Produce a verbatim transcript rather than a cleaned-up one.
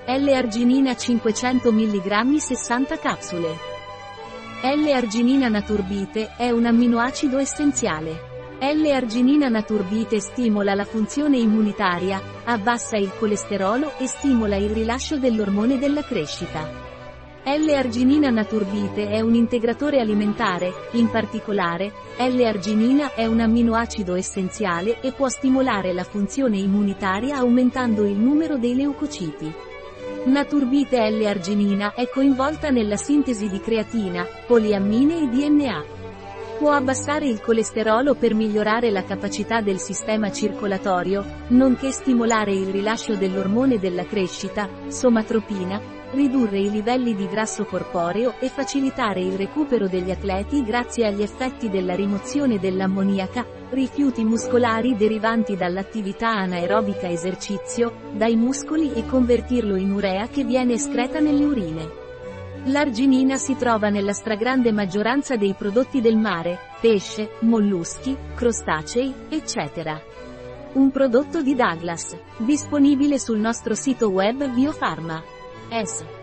L-arginina cinquecento milligrammi sessanta capsule. L-arginina naturbite è un amminoacido essenziale. L-arginina naturbite stimola la funzione immunitaria, abbassa il colesterolo e stimola il rilascio dell'ormone della crescita. L-arginina naturbite è un integratore alimentare, in particolare, L-arginina è un amminoacido essenziale e può stimolare la funzione immunitaria aumentando il numero dei leucociti. Naturbite L-arginina è coinvolta nella sintesi di creatina, poliammine e D N A. Può abbassare il colesterolo per migliorare la capacità del sistema circolatorio, nonché stimolare il rilascio dell'ormone della crescita, somatropina, ridurre i livelli di grasso corporeo e facilitare il recupero degli atleti grazie agli effetti della rimozione dell'ammoniaca, rifiuti muscolari derivanti dall'attività anaerobica esercizio, dai muscoli e convertirlo in urea che viene escreta nelle urine. L'arginina si trova nella stragrande maggioranza dei prodotti del mare, pesce, molluschi, crostacei, eccetera. Un prodotto di Douglas, disponibile sul nostro sito web Biofarma. S.